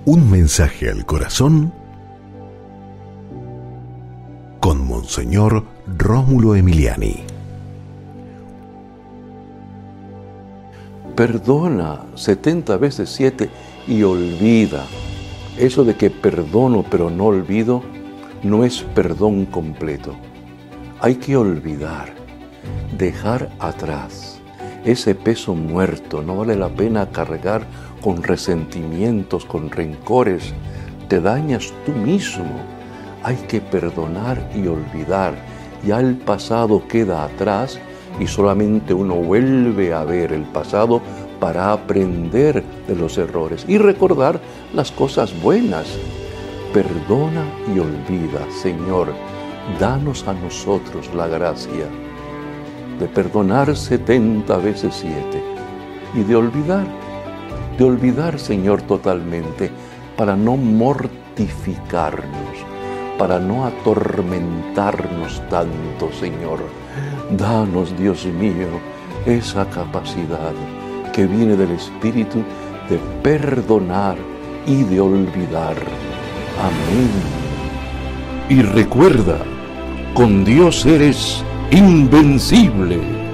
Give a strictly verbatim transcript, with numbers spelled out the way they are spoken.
Un mensaje al corazón con Monseñor Rómulo Emiliani. Perdona setenta veces siete y olvida. Eso de que perdono pero no olvido no es perdón completo. Hay que olvidar, dejar atrás ese peso muerto. No vale la pena cargar con resentimientos, con rencores. Te dañas tú mismo. Hay que perdonar y olvidar. Ya el pasado queda atrás y solamente uno vuelve a ver el pasado para aprender de los errores y recordar las cosas buenas. Perdona y olvida, Señor. Danos a nosotros la gracia de perdonar setenta veces siete y de olvidar, de olvidar, Señor, totalmente, para no mortificarnos, para no atormentarnos tanto, Señor. Danos, Dios mío, esa capacidad que viene del Espíritu de perdonar y de olvidar. Amén. Y recuerda, con Dios eres invencible.